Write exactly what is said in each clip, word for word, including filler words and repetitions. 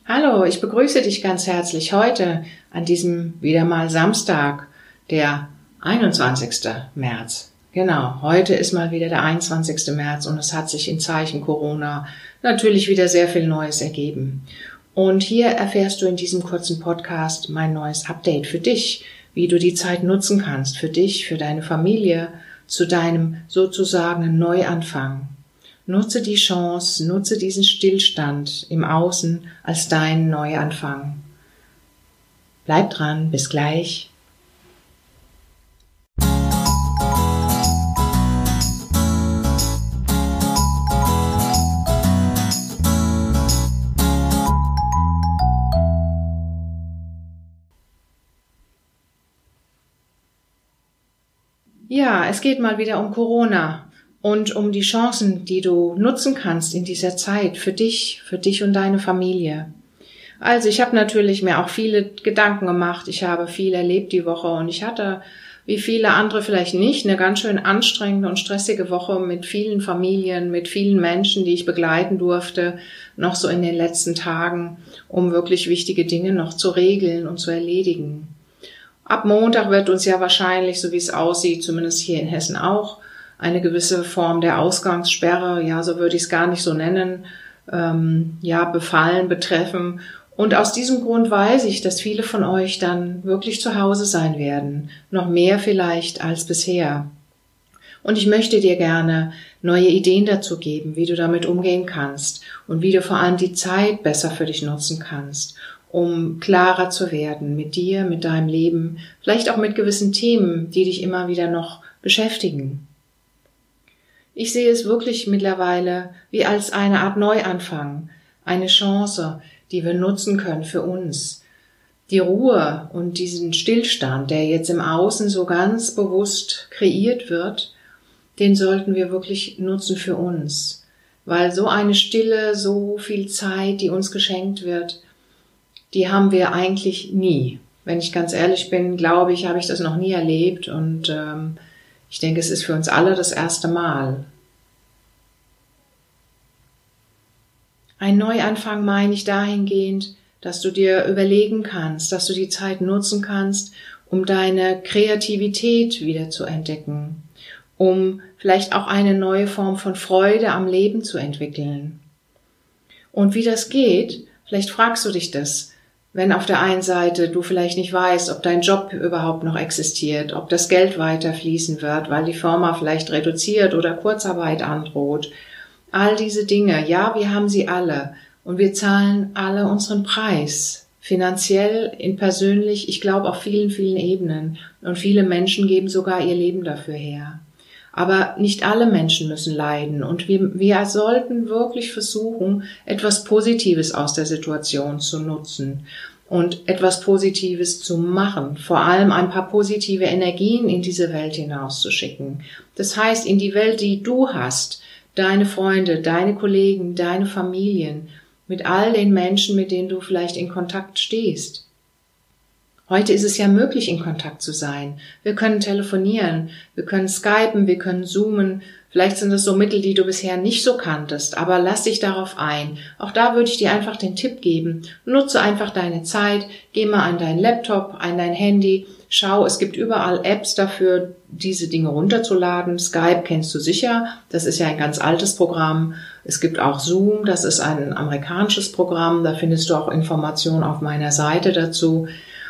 Hallo, ich begrüße dich ganz herzlich heute an diesem wieder mal Samstag, der einundzwanzigsten März. Genau, heute ist mal wieder der einundzwanzigsten März und es hat sich in Zeichen Corona natürlich wieder sehr viel Neues ergeben. Und hier erfährst du in diesem kurzen Podcast mein neues Update für dich, wie du die Zeit nutzen kannst, für dich, für deine Familie, zu deinem sozusagen Neuanfang. Nutze die Chance, nutze diesen Stillstand im Außen als deinen Neuanfang. Bleib dran, bis gleich. Ja, es geht mal wieder um Corona. Und um die Chancen, die du nutzen kannst in dieser Zeit für dich, für dich und deine Familie. Also ich habe natürlich mir auch viele Gedanken gemacht. Ich habe viel erlebt die Woche und ich hatte, wie viele andere vielleicht nicht, eine ganz schön anstrengende und stressige Woche mit vielen Familien, mit vielen Menschen, die ich begleiten durfte, noch so in den letzten Tagen, um wirklich wichtige Dinge noch zu regeln und zu erledigen. Ab Montag wird uns ja wahrscheinlich, so wie es aussieht, zumindest hier in Hessen auch, eine gewisse Form der Ausgangssperre, ja, so würde ich es gar nicht so nennen, ähm, ja, befallen, betreffen. Und aus diesem Grund weiß ich, dass viele von euch dann wirklich zu Hause sein werden, noch mehr vielleicht als bisher. Und ich möchte dir gerne neue Ideen dazu geben, wie du damit umgehen kannst und wie du vor allem die Zeit besser für dich nutzen kannst, um klarer zu werden mit dir, mit deinem Leben, vielleicht auch mit gewissen Themen, die dich immer wieder noch beschäftigen. Ich sehe es wirklich mittlerweile wie als eine Art Neuanfang, eine Chance, die wir nutzen können für uns. Die Ruhe und diesen Stillstand, der jetzt im Außen so ganz bewusst kreiert wird, den sollten wir wirklich nutzen für uns. Weil so eine Stille, so viel Zeit, die uns geschenkt wird, die haben wir eigentlich nie. Wenn ich ganz ehrlich bin, glaube ich, habe ich das noch nie erlebt und ähm, ich denke, es ist für uns alle das erste Mal. Ein Neuanfang meine ich dahingehend, dass du dir überlegen kannst, dass du die Zeit nutzen kannst, um deine Kreativität wieder zu entdecken, um vielleicht auch eine neue Form von Freude am Leben zu entwickeln. Und wie das geht, vielleicht fragst du dich das, wenn auf der einen Seite du vielleicht nicht weißt, ob dein Job überhaupt noch existiert, ob das Geld weiter fließen wird, weil die Firma vielleicht reduziert oder Kurzarbeit androht. All diese Dinge, ja, wir haben sie alle und wir zahlen alle unseren Preis, finanziell, in persönlich, ich glaube auf vielen, vielen Ebenen und viele Menschen geben sogar ihr Leben dafür her. Aber nicht alle Menschen müssen leiden und wir, wir sollten wirklich versuchen, etwas Positives aus der Situation zu nutzen und etwas Positives zu machen, vor allem ein paar positive Energien in diese Welt hinauszuschicken. Das heißt, in die Welt, die du hast, deine Freunde, deine Kollegen, deine Familien, mit all den Menschen, mit denen du vielleicht in Kontakt stehst. Heute ist es ja möglich, in Kontakt zu sein. Wir können telefonieren, wir können skypen, wir können zoomen. Vielleicht sind das so Mittel, die du bisher nicht so kanntest, aber lass dich darauf ein. Auch da würde ich dir einfach den Tipp geben, nutze einfach deine Zeit, geh mal an deinen Laptop, an dein Handy, schau, es gibt überall Apps dafür, diese Dinge runterzuladen. Skype kennst du sicher, das ist ja ein ganz altes Programm. Es gibt auch Zoom, das ist ein amerikanisches Programm, da findest du auch Informationen auf meiner Seite dazu,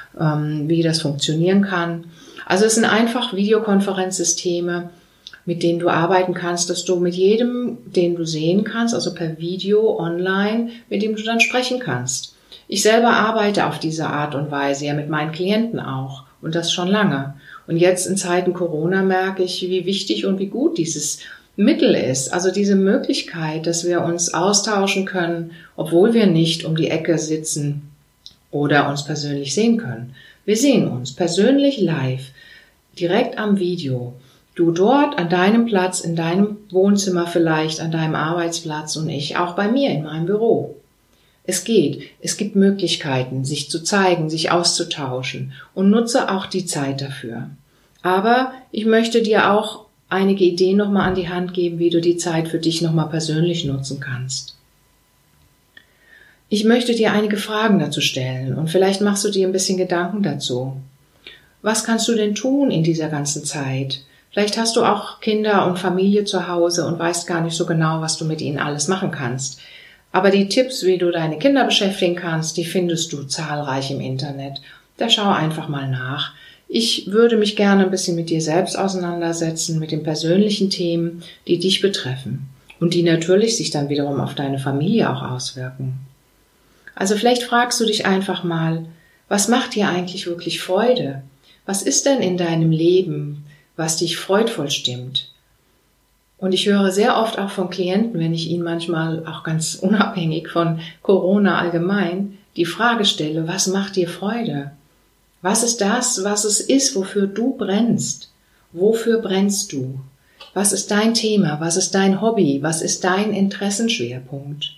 wie das funktionieren kann. Also es sind einfach Videokonferenzsysteme, mit denen du arbeiten kannst, dass du mit jedem, den du sehen kannst, also per Video online, mit dem du dann sprechen kannst. Ich selber arbeite auf diese Art und Weise, ja mit meinen Klienten auch und das schon lange. Und jetzt in Zeiten Corona merke ich, wie wichtig und wie gut dieses Mittel ist, also diese Möglichkeit, dass wir uns austauschen können, obwohl wir nicht um die Ecke sitzen oder uns persönlich sehen können. Wir sehen uns persönlich live, direkt am Video. Du dort an deinem Platz, in deinem Wohnzimmer vielleicht, an deinem Arbeitsplatz und ich auch bei mir in meinem Büro. Es geht, es gibt Möglichkeiten, sich zu zeigen, sich auszutauschen und nutze auch die Zeit dafür. Aber ich möchte dir auch einige Ideen nochmal an die Hand geben, wie du die Zeit für dich nochmal persönlich nutzen kannst. Ich möchte dir einige Fragen dazu stellen und vielleicht machst du dir ein bisschen Gedanken dazu. Was kannst du denn tun in dieser ganzen Zeit? Vielleicht hast du auch Kinder und Familie zu Hause und weißt gar nicht so genau, was du mit ihnen alles machen kannst. Aber die Tipps, wie du deine Kinder beschäftigen kannst, die findest du zahlreich im Internet. Da schau einfach mal nach. Ich würde mich gerne ein bisschen mit dir selbst auseinandersetzen, mit den persönlichen Themen, die dich betreffen und die natürlich sich dann wiederum auf deine Familie auch auswirken. Also vielleicht fragst du dich einfach mal, was macht dir eigentlich wirklich Freude? Was ist denn in deinem Leben, was dich freudvoll stimmt? Und ich höre sehr oft auch von Klienten, wenn ich ihnen manchmal auch ganz unabhängig von Corona allgemein die Frage stelle, was macht dir Freude? Was ist das, was es ist, wofür du brennst? Wofür brennst du? Was ist dein Thema? Was ist dein Hobby? Was ist dein Interessenschwerpunkt?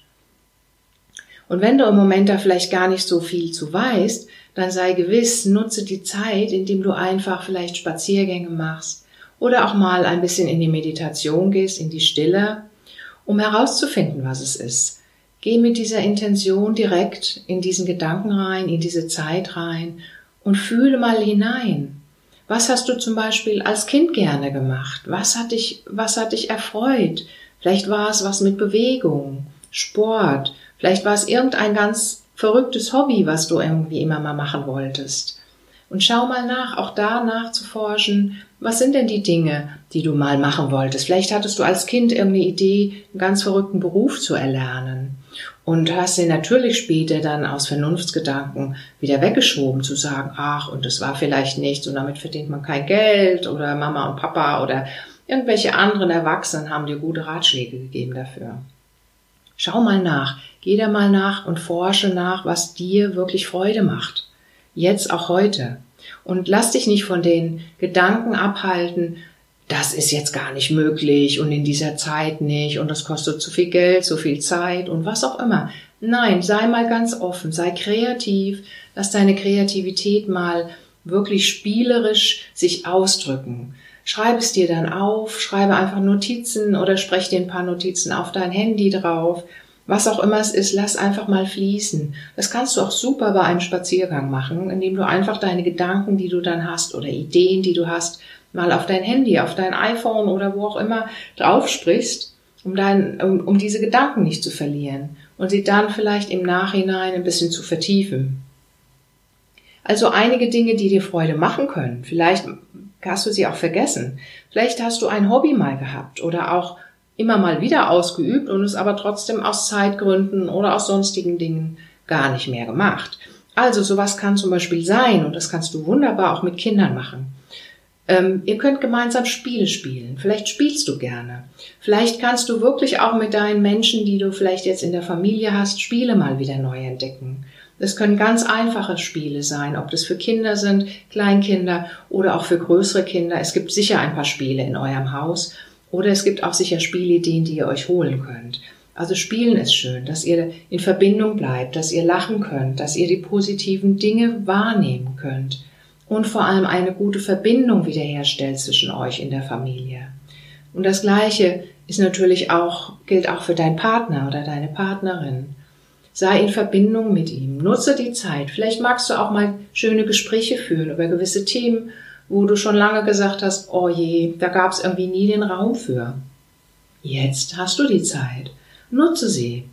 Und wenn du im Moment da vielleicht gar nicht so viel zu weißt, dann sei gewiss, nutze die Zeit, indem du einfach vielleicht Spaziergänge machst oder auch mal ein bisschen in die Meditation gehst, in die Stille, um herauszufinden, was es ist. Geh mit dieser Intention direkt in diesen Gedanken rein, in diese Zeit rein und fühle mal hinein. Was hast du zum Beispiel als Kind gerne gemacht? Was hat dich, was hat dich erfreut? Vielleicht war es was mit Bewegung, Sport. Vielleicht war es irgendein ganz verrücktes Hobby, was du irgendwie immer mal machen wolltest. Und schau mal nach, auch da nachzuforschen, was sind denn die Dinge, die du mal machen wolltest? Vielleicht hattest du als Kind irgendeine Idee, einen ganz verrückten Beruf zu erlernen und hast den natürlich später dann aus Vernunftsgedanken wieder weggeschoben, zu sagen, ach, und das war vielleicht nichts und damit verdient man kein Geld oder Mama und Papa oder irgendwelche anderen Erwachsenen haben dir gute Ratschläge gegeben dafür. Schau mal nach, geh da mal nach und forsche nach, was dir wirklich Freude macht. Jetzt auch heute. Und lass dich nicht von den Gedanken abhalten, das ist jetzt gar nicht möglich und in dieser Zeit nicht und das kostet zu viel Geld, so viel Zeit und was auch immer. Nein, sei mal ganz offen, sei kreativ, lass deine Kreativität mal wirklich spielerisch sich ausdrücken. Schreib es dir dann auf, schreibe einfach Notizen oder sprech dir ein paar Notizen auf dein Handy drauf. Was auch immer es ist, lass einfach mal fließen. Das kannst du auch super bei einem Spaziergang machen, indem du einfach deine Gedanken, die du dann hast oder Ideen, die du hast, mal auf dein Handy, auf dein iPhone oder wo auch immer drauf sprichst, um, dein, um, um diese Gedanken nicht zu verlieren und sie dann vielleicht im Nachhinein ein bisschen zu vertiefen. Also einige Dinge, die dir Freude machen können. Vielleicht hast du sie auch vergessen. Vielleicht hast du ein Hobby mal gehabt oder auch immer mal wieder ausgeübt und es aber trotzdem aus Zeitgründen oder aus sonstigen Dingen gar nicht mehr gemacht. Also sowas kann zum Beispiel sein und das kannst du wunderbar auch mit Kindern machen. Ähm, ihr könnt gemeinsam Spiele spielen. Vielleicht spielst du gerne. Vielleicht kannst du wirklich auch mit deinen Menschen, die du vielleicht jetzt in der Familie hast, Spiele mal wieder neu entdecken. Das können ganz einfache Spiele sein, ob das für Kinder sind, Kleinkinder oder auch für größere Kinder. Es gibt sicher ein paar Spiele in eurem Haus oder es gibt auch sicher Spielideen, die ihr euch holen könnt. Also Spielen ist schön, dass ihr in Verbindung bleibt, dass ihr lachen könnt, dass ihr die positiven Dinge wahrnehmen könnt und vor allem eine gute Verbindung wiederherstellt zwischen euch in der Familie. Und das Gleiche ist natürlich auch, gilt auch für deinen Partner oder deine Partnerin. Sei in Verbindung mit ihm, nutze die Zeit. Vielleicht magst du auch mal schöne Gespräche führen über gewisse Themen, wo du schon lange gesagt hast, oh je, da gab es irgendwie nie den Raum für. Jetzt hast du die Zeit. Nutze sie.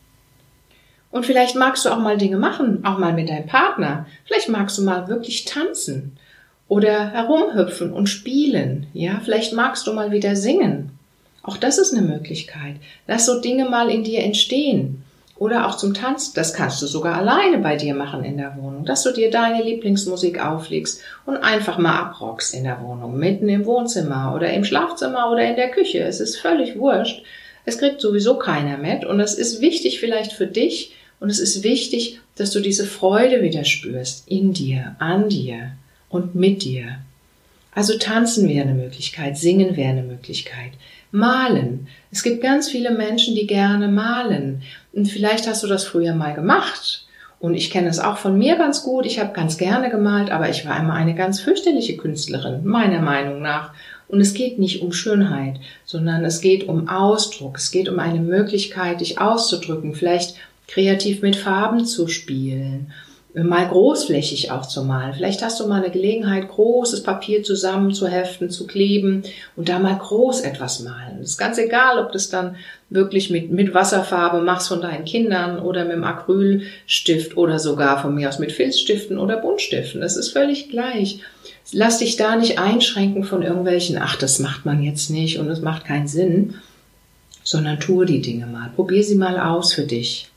Und vielleicht magst du auch mal Dinge machen, auch mal mit deinem Partner. Vielleicht magst du mal wirklich tanzen oder herumhüpfen und spielen. Ja, vielleicht magst du mal wieder singen. Auch das ist eine Möglichkeit. Lass so Dinge mal in dir entstehen. Oder auch zum Tanzen, das kannst du sogar alleine bei dir machen in der Wohnung, dass du dir deine Lieblingsmusik auflegst und einfach mal abrockst in der Wohnung, mitten im Wohnzimmer oder im Schlafzimmer oder in der Küche. Es ist völlig wurscht. Es kriegt sowieso keiner mit und es ist wichtig vielleicht für dich und es ist wichtig, dass du diese Freude wieder spürst in dir, an dir und mit dir. Also tanzen wäre eine Möglichkeit, singen wäre eine Möglichkeit. Malen. Es gibt ganz viele Menschen, die gerne malen. Und vielleicht hast du das früher mal gemacht. Und ich kenne es auch von mir ganz gut. Ich habe ganz gerne gemalt, aber ich war immer eine ganz fürchterliche Künstlerin, meiner Meinung nach. Und es geht nicht um Schönheit, sondern es geht um Ausdruck. Es geht um eine Möglichkeit, dich auszudrücken. Vielleicht kreativ mit Farben zu spielen, mal großflächig auch zu malen. Vielleicht hast du mal eine Gelegenheit, großes Papier zusammenzuheften, zu kleben und da mal groß etwas malen. Das ist ganz egal, ob das dann wirklich mit, mit Wasserfarbe machst von deinen Kindern oder mit dem Acrylstift oder sogar von mir aus mit Filzstiften oder Buntstiften. Das ist völlig gleich. Lass dich da nicht einschränken von irgendwelchen, ach, das macht man jetzt nicht und das macht keinen Sinn, sondern tue die Dinge mal. Probier sie mal aus für dich.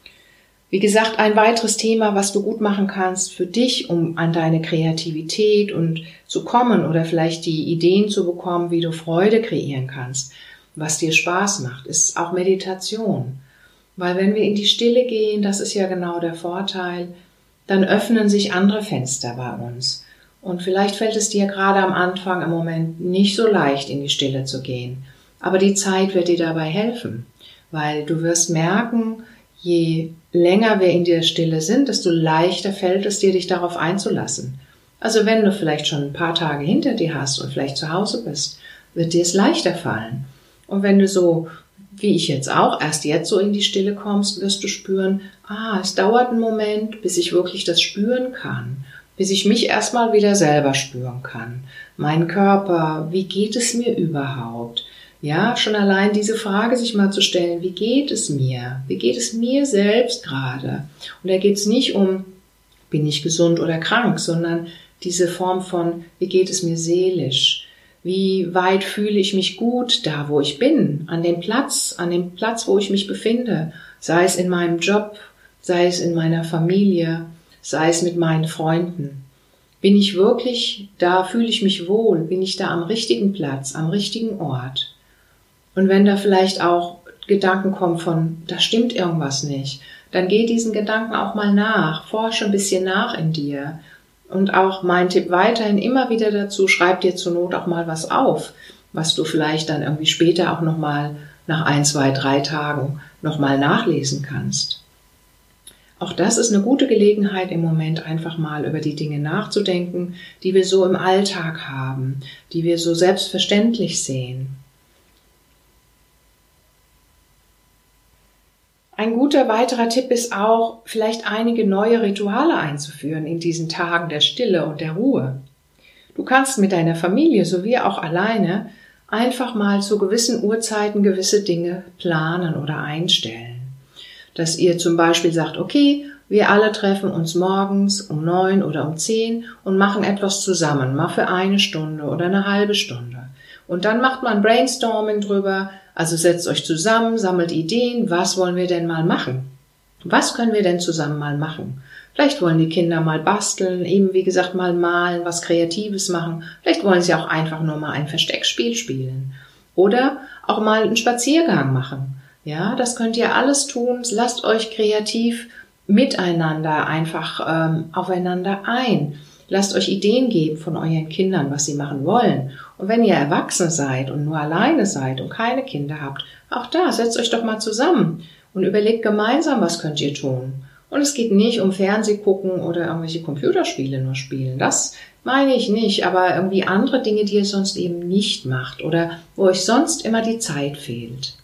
Wie gesagt, ein weiteres Thema, was du gut machen kannst für dich, um an deine Kreativität und zu kommen oder vielleicht die Ideen zu bekommen, wie du Freude kreieren kannst, was dir Spaß macht, ist auch Meditation. Weil wenn wir in die Stille gehen, das ist ja genau der Vorteil, dann öffnen sich andere Fenster bei uns. Und vielleicht fällt es dir gerade am Anfang im Moment nicht so leicht, in die Stille zu gehen. Aber die Zeit wird dir dabei helfen, weil du wirst merken, je länger wir in der Stille sind, desto leichter fällt es dir, dich darauf einzulassen. Also wenn du vielleicht schon ein paar Tage hinter dir hast und vielleicht zu Hause bist, wird dir es leichter fallen. Und wenn du so, wie ich jetzt auch, erst jetzt so in die Stille kommst, wirst du spüren, ah, es dauert einen Moment, bis ich wirklich das spüren kann, bis ich mich erstmal wieder selber spüren kann. Mein Körper, wie geht es mir überhaupt? Ja, schon allein diese Frage sich mal zu stellen, wie geht es mir? Wie geht es mir selbst gerade? Und da geht es nicht um, bin ich gesund oder krank, sondern diese Form von, wie geht es mir seelisch? Wie weit fühle ich mich gut da, wo ich bin, an dem Platz, an dem Platz, wo ich mich befinde, sei es in meinem Job, sei es in meiner Familie, sei es mit meinen Freunden. Bin ich wirklich da, fühle ich mich wohl, bin ich da am richtigen Platz, am richtigen Ort? Und wenn da vielleicht auch Gedanken kommen von, da stimmt irgendwas nicht, dann geh diesen Gedanken auch mal nach, forsche ein bisschen nach in dir. Und auch mein Tipp weiterhin immer wieder dazu, schreib dir zur Not auch mal was auf, was du vielleicht dann irgendwie später auch nochmal nach ein, zwei, drei Tagen nochmal nachlesen kannst. Auch das ist eine gute Gelegenheit im Moment einfach mal über die Dinge nachzudenken, die wir so im Alltag haben, die wir so selbstverständlich sehen. Ein guter weiterer Tipp ist auch, vielleicht einige neue Rituale einzuführen in diesen Tagen der Stille und der Ruhe. Du kannst mit deiner Familie sowie auch alleine einfach mal zu gewissen Uhrzeiten gewisse Dinge planen oder einstellen. Dass ihr zum Beispiel sagt, okay, wir alle treffen uns morgens um neun oder um zehn und machen etwas zusammen, mal für eine Stunde oder eine halbe Stunde. Und dann macht man Brainstorming drüber, also setzt euch zusammen, sammelt Ideen, was wollen wir denn mal machen? Was können wir denn zusammen mal machen? Vielleicht wollen die Kinder mal basteln, eben wie gesagt mal malen, was Kreatives machen. Vielleicht wollen sie auch einfach nur mal ein Versteckspiel spielen. Oder auch mal einen Spaziergang machen. Ja, das könnt ihr alles tun. Lasst euch kreativ miteinander einfach ähm, aufeinander ein. Lasst euch Ideen geben von euren Kindern, was sie machen wollen. Und wenn ihr erwachsen seid und nur alleine seid und keine Kinder habt, auch da, setzt euch doch mal zusammen und überlegt gemeinsam, was könnt ihr tun. Und es geht nicht um Fernseh gucken oder irgendwelche Computerspiele nur spielen. Das meine ich nicht, aber irgendwie andere Dinge, die ihr sonst eben nicht macht oder wo euch sonst immer die Zeit fehlt.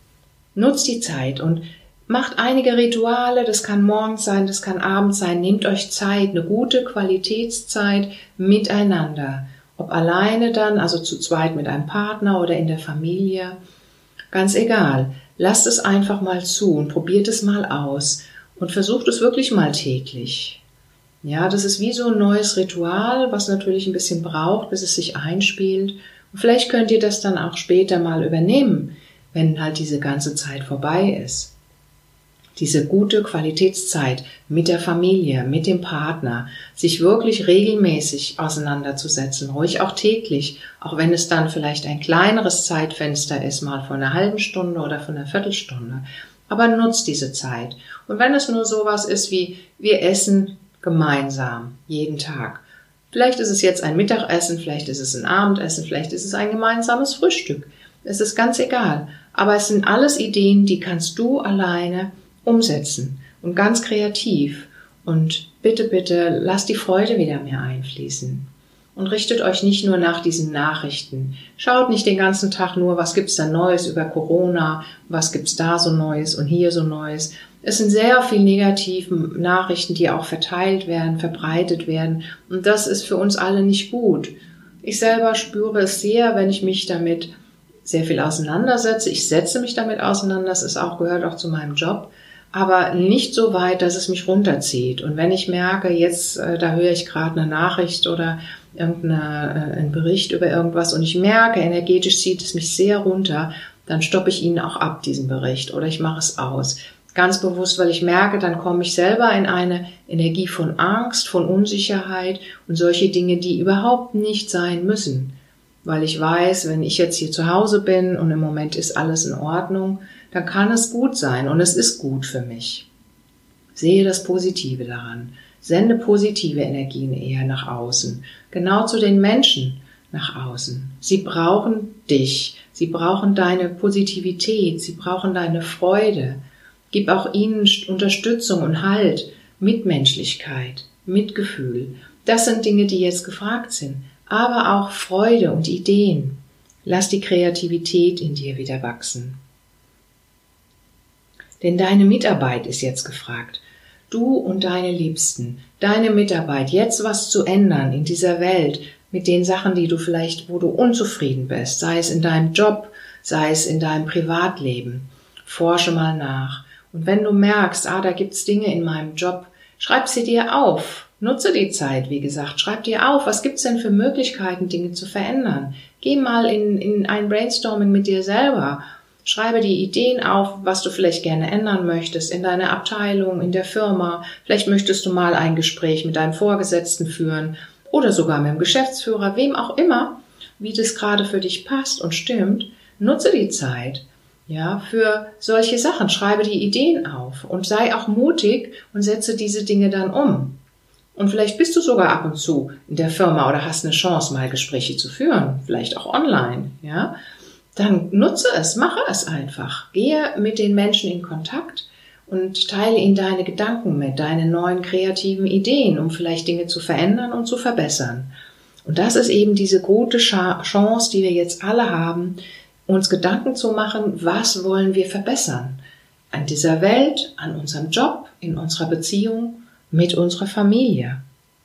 Nutzt die Zeit und macht einige Rituale, das kann morgens sein, das kann abends sein, nehmt euch Zeit, eine gute Qualitätszeit miteinander. Ob alleine dann, also zu zweit mit einem Partner oder in der Familie, ganz egal. Lasst es einfach mal zu und probiert es mal aus und versucht es wirklich mal täglich. Ja, das ist wie so ein neues Ritual, was natürlich ein bisschen braucht, bis es sich einspielt. Und vielleicht könnt ihr das dann auch später mal übernehmen, wenn halt diese ganze Zeit vorbei ist. Diese gute Qualitätszeit mit der Familie, mit dem Partner, sich wirklich regelmäßig auseinanderzusetzen, ruhig auch täglich, auch wenn es dann vielleicht ein kleineres Zeitfenster ist, mal von einer halben Stunde oder von einer Viertelstunde. Aber nutzt diese Zeit. Und wenn es nur sowas ist wie, wir essen gemeinsam, jeden Tag. Vielleicht ist es jetzt ein Mittagessen, vielleicht ist es ein Abendessen, vielleicht ist es ein gemeinsames Frühstück. Es ist ganz egal. Aber es sind alles Ideen, die kannst du alleine umsetzen und ganz kreativ. Und bitte, bitte, lasst die Freude wieder mehr einfließen. Und richtet euch nicht nur nach diesen Nachrichten. Schaut nicht den ganzen Tag nur, was gibt's da Neues über Corona, was gibt's da so Neues und hier so Neues, Es sind sehr viele negative Nachrichten, die auch verteilt werden, verbreitet werden. Und das ist für uns alle nicht gut. Ich selber spüre es sehr, wenn ich mich damit sehr viel auseinandersetze. Ich setze mich damit auseinander. Das ist auch, gehört auch zu meinem Job. Aber nicht so weit, dass es mich runterzieht. Und wenn ich merke, jetzt, äh, da höre ich gerade eine Nachricht oder irgendeinen äh, Bericht über irgendwas und ich merke, energetisch zieht es mich sehr runter, dann stoppe ich ihn auch ab, diesen Bericht, oder ich mache es aus. Ganz bewusst, weil ich merke, dann komme ich selber in eine Energie von Angst, von Unsicherheit und solche Dinge, die überhaupt nicht sein müssen. Weil ich weiß, wenn ich jetzt hier zu Hause bin und im Moment ist alles in Ordnung, dann kann es gut sein und es ist gut für mich. Sehe das Positive daran. Sende positive Energien eher nach außen. Genau zu den Menschen nach außen. Sie brauchen dich. Sie brauchen deine Positivität. Sie brauchen deine Freude. Gib auch ihnen Unterstützung und Halt, Mitmenschlichkeit, Mitgefühl. Das sind Dinge, die jetzt gefragt sind. Aber auch Freude und Ideen. Lass die Kreativität in dir wieder wachsen. Denn deine Mitarbeit ist jetzt gefragt. Du und deine Liebsten, deine Mitarbeit, jetzt was zu ändern in dieser Welt mit den Sachen, die du vielleicht, wo du unzufrieden bist, sei es in deinem Job, sei es in deinem Privatleben. Forsche mal nach. Und wenn du merkst, ah, da gibt's Dinge in meinem Job, schreib sie dir auf. Nutze die Zeit, wie gesagt. Schreib dir auf, was gibt's denn für Möglichkeiten, Dinge zu verändern. Geh mal in, in ein Brainstorming mit dir selber. Schreibe die Ideen auf, was du vielleicht gerne ändern möchtest in deiner Abteilung, in der Firma. Vielleicht möchtest du mal ein Gespräch mit deinem Vorgesetzten führen oder sogar mit dem Geschäftsführer, wem auch immer, wie das gerade für dich passt und stimmt. Nutze die Zeit. Ja, für solche Sachen. Schreibe die Ideen auf und sei auch mutig und setze diese Dinge dann um. Und vielleicht bist du sogar ab und zu in der Firma oder hast eine Chance, mal Gespräche zu führen, vielleicht auch online, ja. Dann nutze es, mache es einfach. Gehe mit den Menschen in Kontakt und teile ihnen deine Gedanken mit, deine neuen kreativen Ideen, um vielleicht Dinge zu verändern und zu verbessern. Und das ist eben diese gute Chance, die wir jetzt alle haben, uns Gedanken zu machen, was wollen wir verbessern an dieser Welt, an unserem Job, in unserer Beziehung, mit unserer Familie.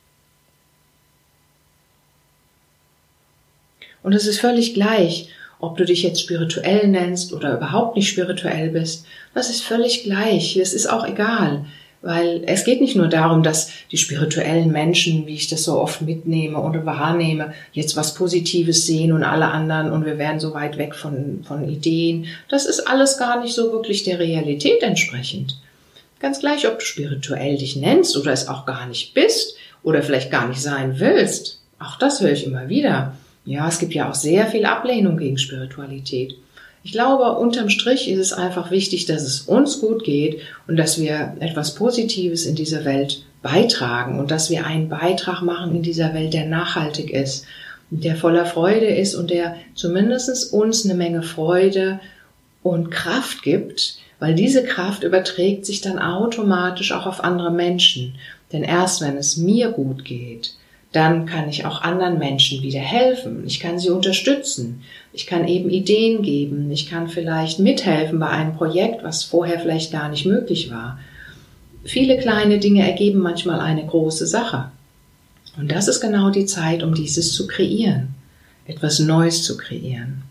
Und es ist völlig gleich, ob du dich jetzt spirituell nennst oder überhaupt nicht spirituell bist. Das ist völlig gleich. Es ist auch egal. Weil es geht nicht nur darum, dass die spirituellen Menschen, wie ich das so oft mitnehme oder wahrnehme, jetzt was Positives sehen und alle anderen und wir werden so weit weg von, von Ideen. Das ist alles gar nicht so wirklich der Realität entsprechend. Ganz gleich, ob du spirituell dich nennst oder es auch gar nicht bist oder vielleicht gar nicht sein willst. Auch das höre ich immer wieder. Ja, es gibt ja auch sehr viel Ablehnung gegen Spiritualität. Ich glaube, unterm Strich ist es einfach wichtig, dass es uns gut geht und dass wir etwas Positives in dieser Welt beitragen und dass wir einen Beitrag machen in dieser Welt, der nachhaltig ist, der voller Freude ist und der zumindest uns eine Menge Freude und Kraft gibt, weil diese Kraft überträgt sich dann automatisch auch auf andere Menschen. Denn erst wenn es mir gut geht, dann kann ich auch anderen Menschen wieder helfen. Ich kann sie unterstützen. Ich kann eben Ideen geben. Ich kann vielleicht mithelfen bei einem Projekt, was vorher vielleicht gar nicht möglich war. Viele kleine Dinge ergeben manchmal eine große Sache. Und das ist genau die Zeit, um dieses zu kreieren. Etwas Neues zu kreieren.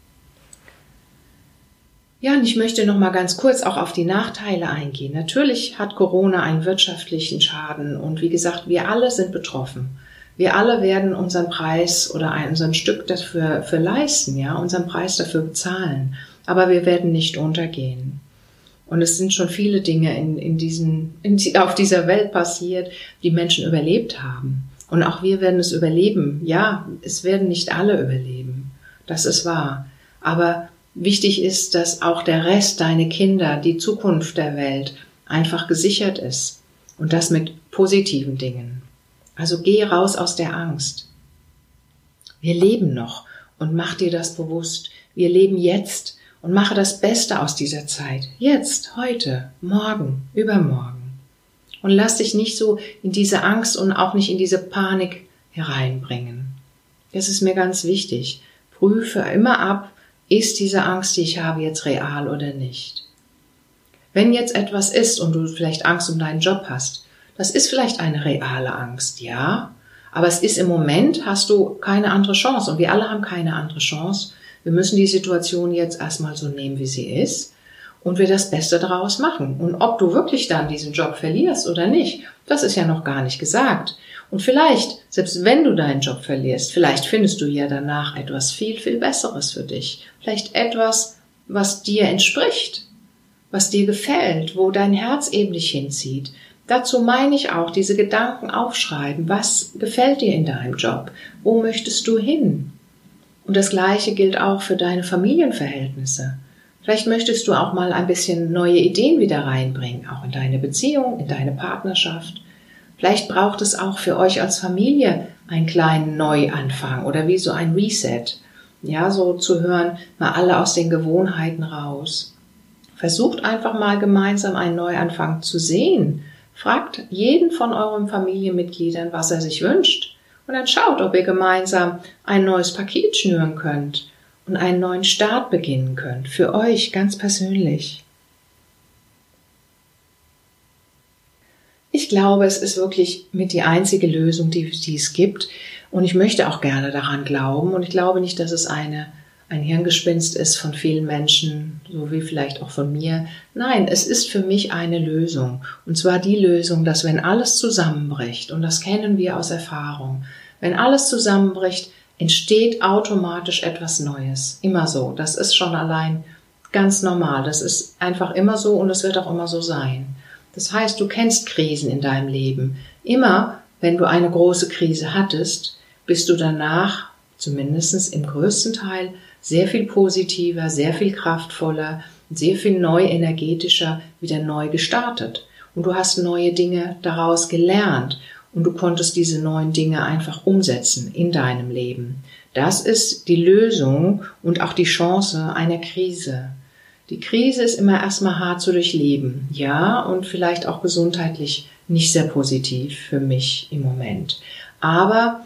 Ja, und ich möchte noch mal ganz kurz auch auf die Nachteile eingehen. Natürlich hat Corona einen wirtschaftlichen Schaden und wie gesagt, wir alle sind betroffen. Wir alle werden unseren Preis oder unseren Stück dafür für leisten, ja, unseren Preis dafür bezahlen. Aber wir werden nicht untergehen. Und es sind schon viele Dinge in, in diesen, in, auf dieser Welt passiert, die Menschen überlebt haben. Und auch wir werden es überleben. Ja, es werden nicht alle überleben. Das ist wahr. Aber wichtig ist, dass auch der Rest, deine Kinder, die Zukunft der Welt einfach gesichert ist. Und das mit positiven Dingen. Also geh raus aus der Angst. Wir leben noch und mach dir das bewusst. Wir leben jetzt und mache das Beste aus dieser Zeit. Jetzt, heute, morgen, übermorgen. Und lass dich nicht so in diese Angst und auch nicht in diese Panik hereinbringen. Das ist mir ganz wichtig. Prüfe immer ab, ist diese Angst, die ich habe, jetzt real oder nicht. Wenn jetzt etwas ist und du vielleicht Angst um deinen Job hast, das ist vielleicht eine reale Angst, ja, aber es ist im Moment, hast du keine andere Chance und wir alle haben keine andere Chance. Wir müssen die Situation jetzt erstmal so nehmen, wie sie ist und wir das Beste daraus machen. Und ob du wirklich dann diesen Job verlierst oder nicht, das ist ja noch gar nicht gesagt. Und vielleicht, selbst wenn du deinen Job verlierst, vielleicht findest du ja danach etwas viel, viel Besseres für dich. Vielleicht etwas, was dir entspricht, was dir gefällt, wo dein Herz eben dich hinzieht. Dazu meine ich auch, diese Gedanken aufschreiben. Was gefällt dir in deinem Job? Wo möchtest du hin? Und das Gleiche gilt auch für deine Familienverhältnisse. Vielleicht möchtest du auch mal ein bisschen neue Ideen wieder reinbringen, auch in deine Beziehung, in deine Partnerschaft. Vielleicht braucht es auch für euch als Familie einen kleinen Neuanfang oder wie so ein Reset. Ja, so zu hören, mal alle aus den Gewohnheiten raus. Versucht einfach mal gemeinsam einen Neuanfang zu sehen. Fragt jeden von euren Familienmitgliedern, was er sich wünscht. Und dann schaut, ob ihr gemeinsam ein neues Paket schnüren könnt und einen neuen Start beginnen könnt. Für euch ganz persönlich. Ich glaube, es ist wirklich mit die einzige Lösung, die, die es gibt. Und ich möchte auch gerne daran glauben. Und ich glaube nicht, dass es eine ein Hirngespinst ist von vielen Menschen, so wie vielleicht auch von mir. Nein, es ist für mich eine Lösung. Und zwar die Lösung, dass wenn alles zusammenbricht, und das kennen wir aus Erfahrung, wenn alles zusammenbricht, entsteht automatisch etwas Neues. Immer so. Das ist schon allein ganz normal. Das ist einfach immer so und es wird auch immer so sein. Das heißt, du kennst Krisen in deinem Leben. Immer, wenn du eine große Krise hattest, bist du danach, zumindest im größten Teil, sehr viel positiver, sehr viel kraftvoller, sehr viel neu energetischer wieder neu gestartet. Und du hast neue Dinge daraus gelernt und du konntest diese neuen Dinge einfach umsetzen in deinem Leben. Das ist die Lösung und auch die Chance einer Krise. Die Krise ist immer erstmal hart zu durchleben, ja, und vielleicht auch gesundheitlich nicht sehr positiv für mich im Moment. Aber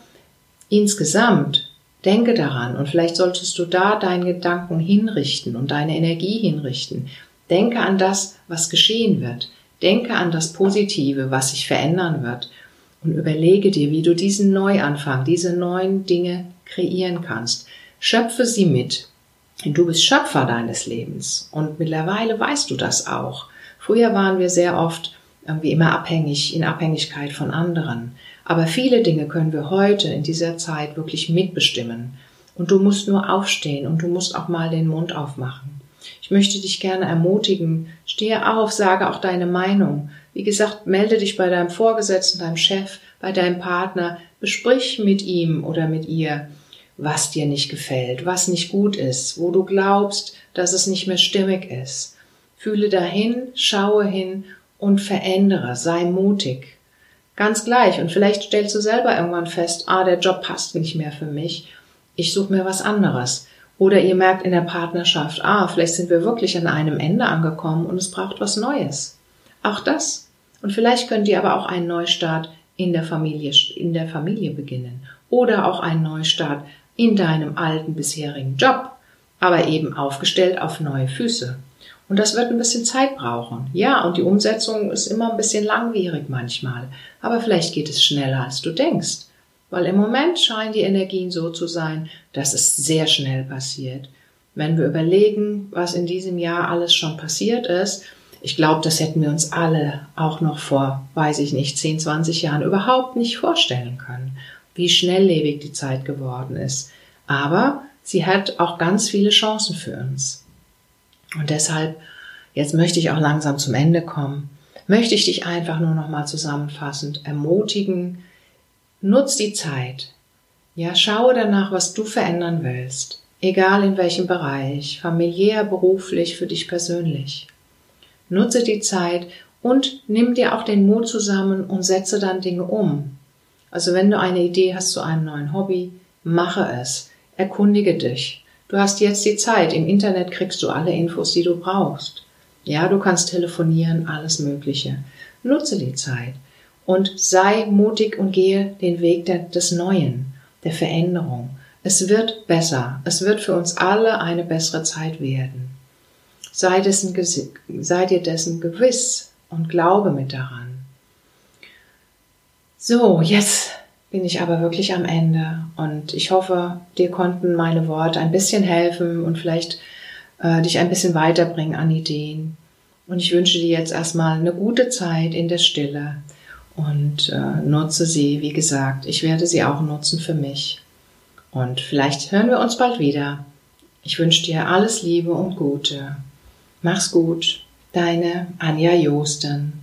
insgesamt denke daran und vielleicht solltest du da deine Gedanken hinrichten und deine Energie hinrichten. Denke an das, was geschehen wird. Denke an das Positive, was sich verändern wird und überlege dir, wie du diesen Neuanfang, diese neuen Dinge kreieren kannst. Schöpfe sie mit. Du bist Schöpfer deines Lebens und mittlerweile weißt du das auch. Früher waren wir sehr oft irgendwie immer abhängig, in Abhängigkeit von anderen. Aber viele Dinge können wir heute in dieser Zeit wirklich mitbestimmen. Und du musst nur aufstehen und du musst auch mal den Mund aufmachen. Ich möchte dich gerne ermutigen, stehe auf, sage auch deine Meinung. Wie gesagt, melde dich bei deinem Vorgesetzten, deinem Chef, bei deinem Partner, besprich mit ihm oder mit ihr, was dir nicht gefällt, was nicht gut ist, wo du glaubst, dass es nicht mehr stimmig ist. Fühle dahin, schaue hin und verändere, sei mutig. Ganz gleich. Und vielleicht stellst du selber irgendwann fest, ah, der Job passt nicht mehr für mich, ich suche mir was anderes. Oder ihr merkt in der Partnerschaft, ah, vielleicht sind wir wirklich an einem Ende angekommen und es braucht was Neues. Auch das. Und vielleicht könnt ihr aber auch einen Neustart in der Familie, in der Familie beginnen. Oder auch einen Neustart in deinem alten bisherigen Job, aber eben aufgestellt auf neue Füße. Und das wird ein bisschen Zeit brauchen. Ja, und die Umsetzung ist immer ein bisschen langwierig manchmal. Aber vielleicht geht es schneller, als du denkst. Weil im Moment scheinen die Energien so zu sein, dass es sehr schnell passiert. Wenn wir überlegen, was in diesem Jahr alles schon passiert ist, ich glaube, das hätten wir uns alle auch noch vor, weiß ich nicht, zehn, zwanzig Jahren überhaupt nicht vorstellen können, wie schnelllebig die Zeit geworden ist. Aber sie hat auch ganz viele Chancen für uns. Und deshalb, jetzt möchte ich auch langsam zum Ende kommen, möchte ich dich einfach nur noch mal zusammenfassend ermutigen, nutz die Zeit. Ja, schaue danach, was du verändern willst, egal in welchem Bereich, familiär, beruflich, für dich persönlich. Nutze die Zeit und nimm dir auch den Mut zusammen und setze dann Dinge um. Also wenn du eine Idee hast zu einem neuen Hobby, mache es, erkundige dich. Du hast jetzt die Zeit. Im Internet kriegst du alle Infos, die du brauchst. Ja, du kannst telefonieren, alles Mögliche. Nutze die Zeit und sei mutig und gehe den Weg der, des Neuen, der Veränderung. Es wird besser. Es wird für uns alle eine bessere Zeit werden. sei, dessen, sei dir dessen gewiss und glaube mit daran. So, jetzt bin ich aber wirklich am Ende und ich hoffe, dir konnten meine Worte ein bisschen helfen und vielleicht äh, dich ein bisschen weiterbringen an Ideen. Und ich wünsche dir jetzt erstmal eine gute Zeit in der Stille und äh, nutze sie, wie gesagt, ich werde sie auch nutzen für mich. Und vielleicht hören wir uns bald wieder. Ich wünsche dir alles Liebe und Gute. Mach's gut, deine Anja Joosten.